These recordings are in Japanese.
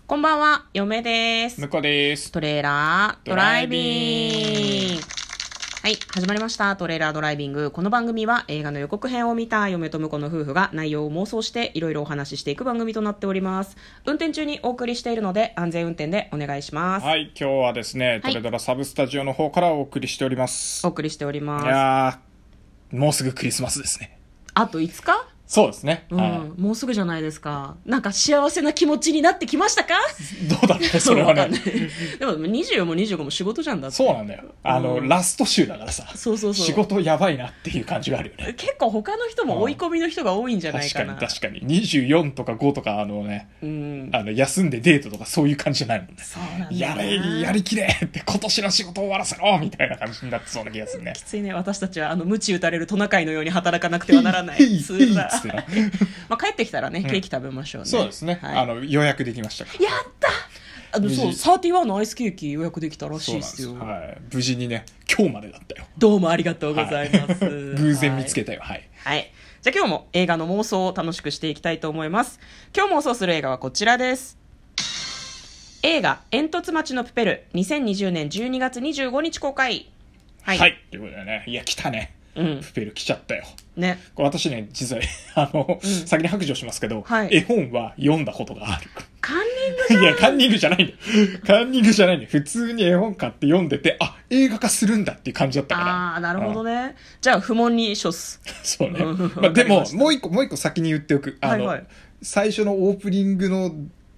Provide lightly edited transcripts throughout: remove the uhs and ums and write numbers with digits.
こんばんは、嫁です。 向こうです。 トレーラードライビング。はい、始まりました。トレーラードライビング。この番組は映画の予告編を見た嫁と婿の夫婦が内容を妄想していろいろお話ししていく番組となっております。運転中にお送りしているので安全運転でお願いします。 はい、今日はですね、トレドラサブスタジオの方からお送りしております。 お送りしております。 いやー、もうすぐクリスマスですね。 あと5日？ そうですね。 もうすぐじゃないですか。なんか幸せな気持ちになってきましたか？ どうだろうね、それはね。 でも20も25も仕事じゃんだって。 そうなんだよ。ラスト週だからさ。 そう仕事やばいなっていう感じがあるよね。 結構他の人も追い込みの人が多いんじゃないかな。 確かに。24とか5とか休んでデートとかそういう感じじゃないもんね。 そうなんだよな。 やりきれって今年の仕事終わらせろみたいな感じになってそうな気がするね。 きついね。私たちは鞭打たれるトナカイのように働かなくてはならない。つら。まあ帰ってきたらね、ケーキ食べましょうね。 そうですね。 はい、 予約できましたから。 やったそう、31のアイスケーキ予約できたらしいですよ。 はい。無事にね、今日までだったよ。 どうもありがとうございます。 偶然見つけたよ。はい。 はい。じゃあ今日も映画の妄想を楽しくしていきたいと思います。今日妄想する映画はこちらです。映画、煙突町のプペル、2020年12月25日公開。 はい。はい。ということでね、いや、来たね。プペル来ちゃったよ。 ね。 これ私ね、実は、先に白状しますけど、 はい、 絵本は読んだことがある。 カンニングじゃん。 いや、カンニングじゃないんだよ。カンニングじゃないんだよ。普通に絵本買って読んでて、あ、映画化するんだっていう感じだったから。 ああ、なるほどね。じゃあ、不問に処す。 そうね。まあ、でも、もう一個先に言っておく。最初のオープニングの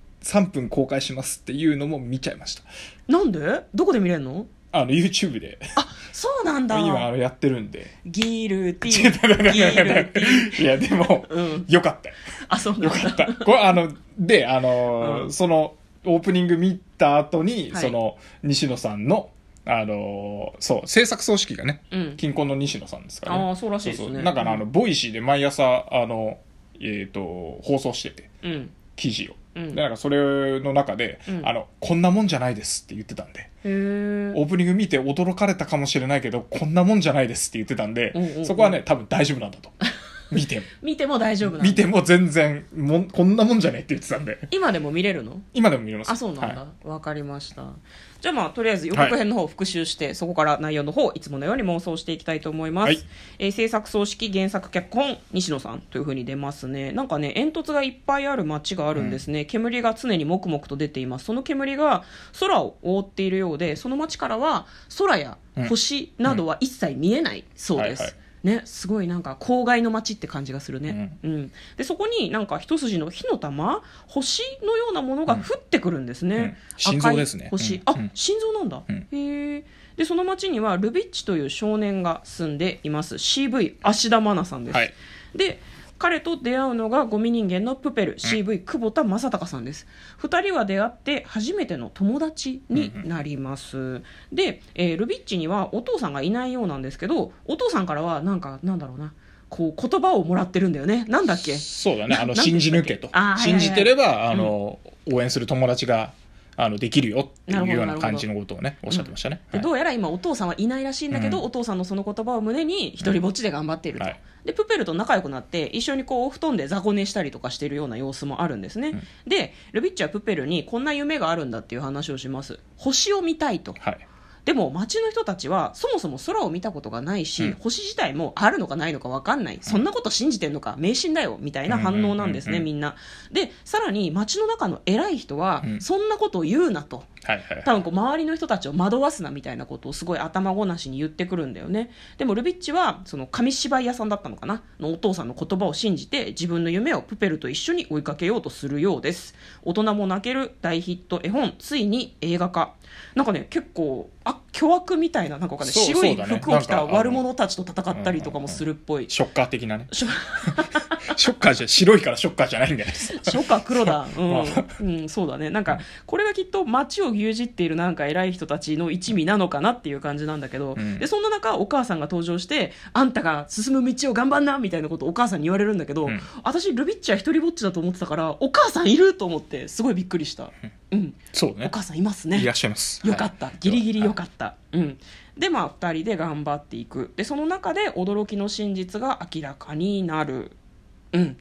3分公開しますっていうのも見ちゃいました。 なんで？どこで見れるの ？YouTube で。 あ、そうなんだ。 今やってるんで。 ギルティー。ギルティー。 いや、でも、よかったよ。 あ、そうなんだ。 よかった。これ、その、オープニング見た後に、その、西野さんの、そう、制作総指揮がね、近婚の西野さんですからね。 ああ、そうらしいですね。 そうなんかボイシーで毎朝、放送してて、記事を。でなんかそれの中で、こんなもんじゃないですって言ってたんで、オープニング見て驚かれたかもしれないけど、こんなもんじゃないですって言ってたんで、そこはね、多分大丈夫なんだと。見ても大丈夫なんだ。見ても全然こんなもんじゃねって言ってたんで。 今でも見れるの？ 今でも見れます。 あ、そうなんだ。わかりました。じゃあまあとりあえず予告編の方を復習して、そこから内容の方いつものように妄想していきたいと思います。制作総指揮、原作脚本西野さんという風に出ますね。なんかね、煙突がいっぱいある街があるんですね。煙が常にもくもくと出ています。その煙が空を覆っているようで、その街からは空や星などは一切見えないそうです。ね、すごいなんか郊外の街って感じがするね、でそこになんか一筋の火の玉、星のようなものが降ってくるんですね、 心臓ですね。 星、心臓なんだ、へえ。でその街にはルビッチという少年が住んでいます。 CV 芦田愛菜さんです、で彼と出会うのがゴミ人間のプペル CV 久保田正孝さんです。2人は出会って初めての友達になります、で、ルビッチにはお父さんがいないようなんですけど、お父さんからはなんだろうな、こう言葉をもらってるんだよね。なんだっけ？ そうだね、信じ抜けと、信じてれば応援する友達ができるよっていうような感じのことをねおっしゃってましたね、 でどうやら今お父さんはいないらしいんだけど、お父さんのその言葉を胸に一人ぼっちで頑張っていると、でプペルと仲良くなって一緒にこうお布団で雑魚寝したりとかしているような様子もあるんですね、でルビッチはプペルにこんな夢があるんだっていう話をします。星を見たいと、でも街の人たちはそもそも空を見たことがないし、星自体もあるのかないのか分かんない、そんなこと信じてんのか迷信だよみたいな反応なんですね、みんなで。さらに街の中の偉い人は、そんなことを言うなと、多分こう周りの人たちを惑わすなみたいなことをすごい頭ごなしに言ってくるんだよね。でもルビッチはその紙芝居屋さんだったのかなのお父さんの言葉を信じて自分の夢をプペルと一緒に追いかけようとするようです。大人も泣ける大ヒット絵本ついに映画化。なんかね結構巨悪みたいな、なんか白い服を着た悪者たちと戦ったりとかもするっぽい、 ショッカー的なねショッカーじゃ白いからショッカーじゃないんだよショッカー黒だ、そうだね。なんかこれがきっと街を牛耳っているなんか偉い人たちの一味なのかなっていう感じなんだけど、でそんな中お母さんが登場して、あんたが進む道を頑張んなみたいなことをお母さんに言われるんだけど、私ルビッチは一人ぼっちだと思ってたからお母さんいると思ってすごいびっくりした、 そうね、 お母さんいますね。 いらっしゃいます。 よかった、ギリギリよかった、でまあ2人で頑張っていく。でその中で驚きの真実が明らかになる。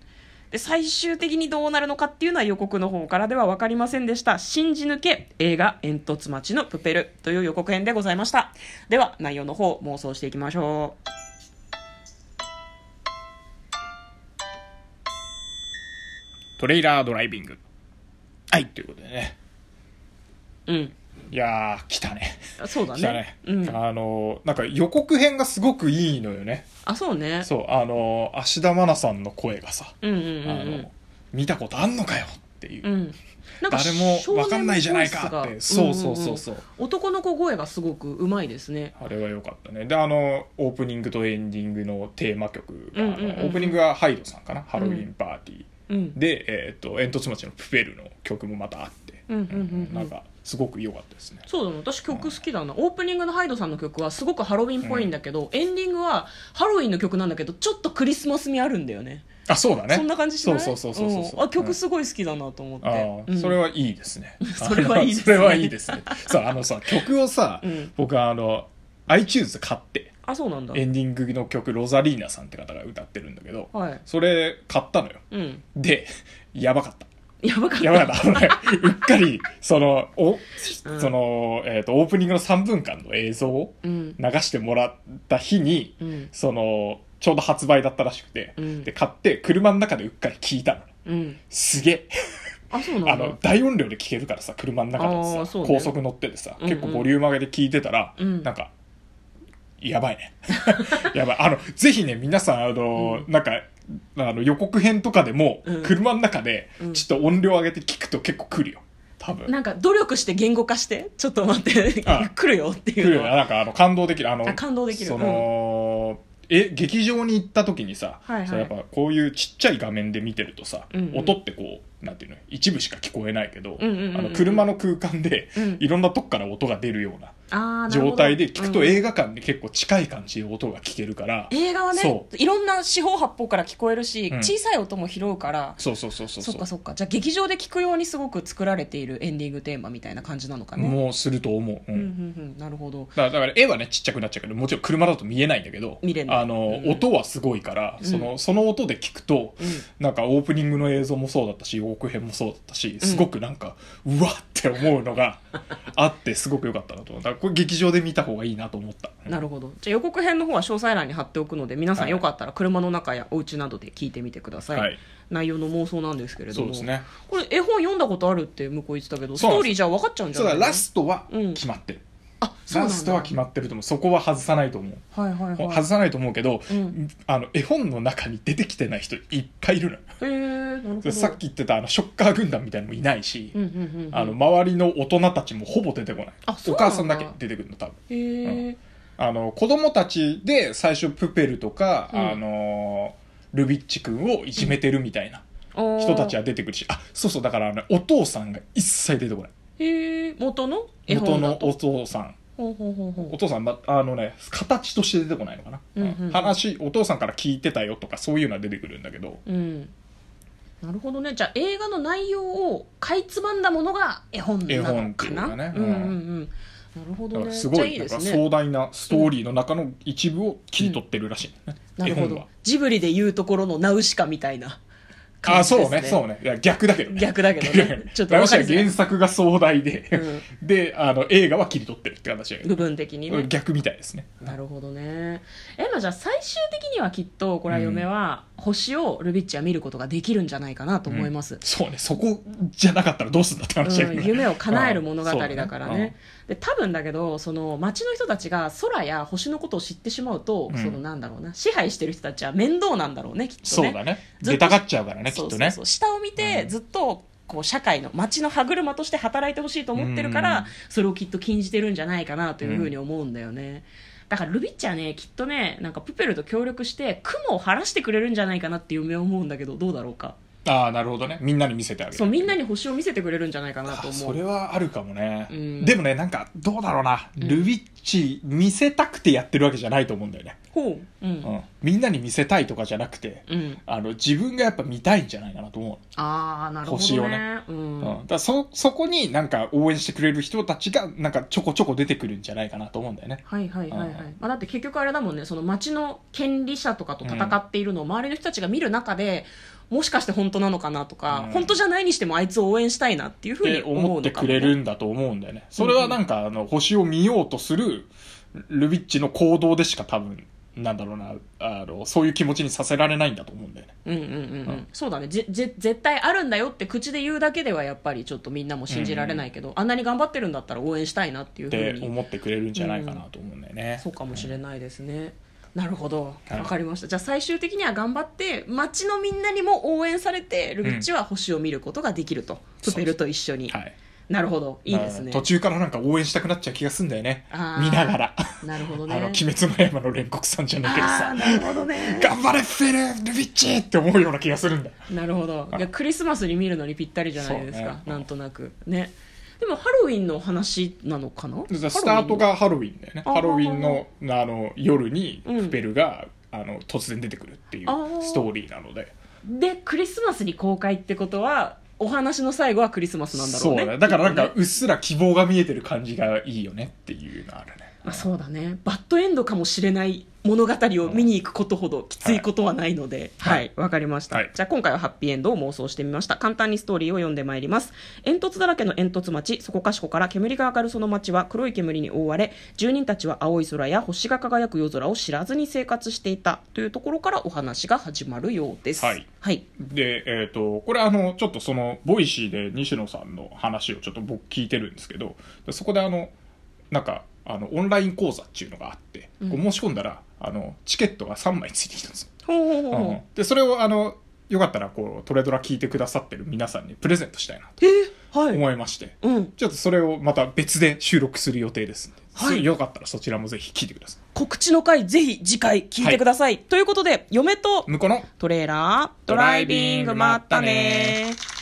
で最終的にどうなるのかっていうのは予告の方からでは分かりませんでした。信じ抜け映画煙突町のプペルという予告編でございました。では内容の方妄想していきましょう。 トレイラードライビング。はい、ということでね。 うん。 いやー、来たね。 そうだね。 来たね。 うん、 なんか予告編がすごくいいのよね。 あ、そうね。 そう、芦田愛菜さんの声がさ、見たことあんのかよっていう。 うん、なんか誰も分かんないじゃないかって。そうそうそうそう。 男の子声がすごくうまいですね。 あれは良かったね。で、オープニングとエンディングのテーマ曲が、オープニングがハイドさんかな、ハロウィンパーティー。で、煙突町のプペルの曲もまたあって、なんかすごく良かったですね。 そうだね、私曲好きだな。オープニングのハイドさんの曲はすごくハロウィンっぽいんだけど、エンディングはハロウィンの曲なんだけどちょっとクリスマス味あるんだよね。 あ、そうだね。 そんな感じしない？ そうあ、曲すごい好きだなと思って。 それはいいですね。 それはいいですね。 それはいいですね。さ、曲をさ、僕iTunes で買って。 あ、そうなんだ。 エンディングの曲ロザリーナさんって方が歌ってるんだけど、それ買ったのよ。で、やばかった。 やばかった。 うっかり、オープニングの3分間の映像を流してもらった日に、ちょうど発売だったらしくて、で、買って車の中でうっかり聞いたの。すげえ。 あ、そうなんだ。 大音量で聞けるからさ、車の中でさ、高速乗っててさ、結構ボリューム上げで聞いてたら、なんか、やばいね。やばい。ぜひね、皆さん、なんか、予告編とかでも、車の中で、ちょっと音量上げて聞くと結構来るよ。多分。 なんか、努力して言語化して、ちょっと待って、来るよっていう。 来るよ。なんか、感動できる。 感動できる。 劇場に行った時にさ、やっぱこういうちっちゃい画面で見てるとさ、音ってこう、なんていうの、一部しか聞こえないけど、車の空間で、いろんなとこから音が出るような、状態で聞くと映画館に結構近い感じで音が聞けるから、 映画はね、いろんな四方八方から聞こえるし、小さい音も拾うから、 そっかそっか。じゃあ劇場で聞くようにすごく作られているエンディングテーマみたいな感じなのかね。 もうすると思う。 なるほど。 だから絵はねちっちゃくなっちゃうけど、もちろん車だと見えないんだけど、 見れない。 音はすごいから、その音で聞くと、なんかオープニングの映像もそうだったし、予告編もそうだったし、すごくなんか、うわって思うのがあってすごく良かったなと思った。これ劇場で見た方がいいなと思った。 なるほど。じゃあ予告編の方は詳細欄に貼っておくので、皆さんよかったら車の中やお家などで聞いてみてください。内容の妄想なんですけれども、 そうですね。 これ絵本読んだことあるって向こう言ってたけど、ストーリーじゃあ分かっちゃうんじゃないの？ そうだ、ラストは決まってる。ラストは決まってると思う。そこは外さないと思う。外さないと思うけど、絵本の中に出てきてない人いっぱいいるのよ。 なるほど。 さっき言ってたショッカー軍団みたいなのもいないし、周りの大人たちもほぼ出てこない。お母さんだけ出てくるの多分。子供たちで最初プペルとか、ルビッチ君をいじめてるみたいな人たちは出てくるし、そうだからお父さんが一切出てこない。 元の絵本だとお父さん。お父さん、形として出てこないのかな。お父さんから聞いてたよとかそういうのは出てくるんだけど。 なるほどね。じゃあ映画の内容をかいつまんだものが絵本なのかな。なるほどね。 すごいなんか壮大なストーリーの中の一部を切り取ってるらしいね。 なるほど。ジブリでいうところのナウシカみたいな。 そうね。いや、逆だけどね。 ちょっと分かりづらい。 原作が壮大で、で、映画は切り取ってるって形だけど。 部分的にね。 逆みたいですね。 なるほどね。じゃあ最終的にはきっと、これは嫁は、星をルビッチは見ることができるんじゃないかなと思います。 そうね。そこじゃなかったらどうするんだって話だけどね。 夢を叶える物語だからね。で、多分だけど、街の人たちが空や星のことを知ってしまうと、なんだろうな、支配してる人たちは面倒なんだろうね、きっとね。 そうだね。出たがっちゃうからね、きっとね。 下を見て、ずっと、社会の街の歯車として働いてほしいと思ってるから、それをきっと禁じてるんじゃないかなというふうに思うんだよね。だからルビッチはね、きっとね、なんかプペルと協力して雲を晴らしてくれるんじゃないかなっていう夢を思うんだけど、どうだろうか。 なるほどね。みんなに見せてあげる。 そう、みんなに星を見せてくれるんじゃないかなと思う。 それはあるかもね。でもね、なんかどうだろうな、ルビッチ見せたくてやってるわけじゃないと思うんだよね。みんなに見せたいとかじゃなくて、自分がやっぱ見たいんじゃないかなと思う。 なるほどね。 星をね。だそこになんか応援してくれる人たちがなんかちょこちょこ出てくるんじゃないかなと思うんだよね。 だって結局あれだもんね、その街の権利者とかと戦っているのを周りの人たちが見る中で、 もしかして本当なのかなとか、本当じゃないにしてもあいつを応援したいなっていうふうに思うのかも、ね、 思ってくれるんだと思うんだよね。それはなんか星を見ようとするルビッチの行動でしか多分なんだろうな、そういう気持ちにさせられないんだと思うんだよね。 そうだね。絶対あるんだよって口で言うだけではやっぱりちょっとみんなも信じられないけど、あんなに頑張ってるんだったら応援したいなっていうふうにって思ってくれるんじゃないかなと思うんだよね。 そうかもしれないですね。なるほど、わかりました。じゃあ最終的には頑張って街のみんなにも応援されてルビッチは星を見ることができると、プペルと一緒に。はい、なるほど、いいですね。 途中からなんか応援したくなっちゃう気がするんだよね、見ながら。 なるほどね。 鬼滅の刃の煉獄さんじゃないけどさ、 なるほどね、 頑張れフェルルビッチって思うような気がするんだよ。 なるほど。いやクリスマスに見るのにぴったりじゃないですか、ね、なんとなくね。でもハロウィンの話なのかな。 スタートがハロウィンだよね。ハロウィンの夜にプペルが、突然出てくるっていうストーリーなので、 でクリスマスに公開ってことはお話の最後はクリスマスなんだろうね。 そうだからなんかうっすら希望が見えてる感じがいいよねっていうのあるね。 そうだね。バッドエンドかもしれない物語を見に行くことほどきついことはないので、はい、わかりました、はい、じゃあ今回はハッピーエンドを妄想してみました。簡単にストーリーを読んでまいります。煙突だらけの煙突町、そこかしこから煙が上がるその町は黒い煙に覆われ、住人たちは青い空や星が輝く夜空を知らずに生活していたというところからお話が始まるようです。 はい、はい、で、これちょっとそのボイシーで西野さんの話をちょっと僕聞いてるんですけど、そこでなんかオンライン講座っていうのがあって、こう申し込んだらチケットが3枚ついてきたんですよ。でそれをよかったらこうトレドラ聞いてくださってる皆さんにプレゼントしたいなと思いまして、ちょっとそれをまた別で収録する予定ですので、よかったらそちらもぜひ聞いてください。 告知の回ぜひ次回聞いてください、ということで嫁と婿のトレーラードライビング、まったね。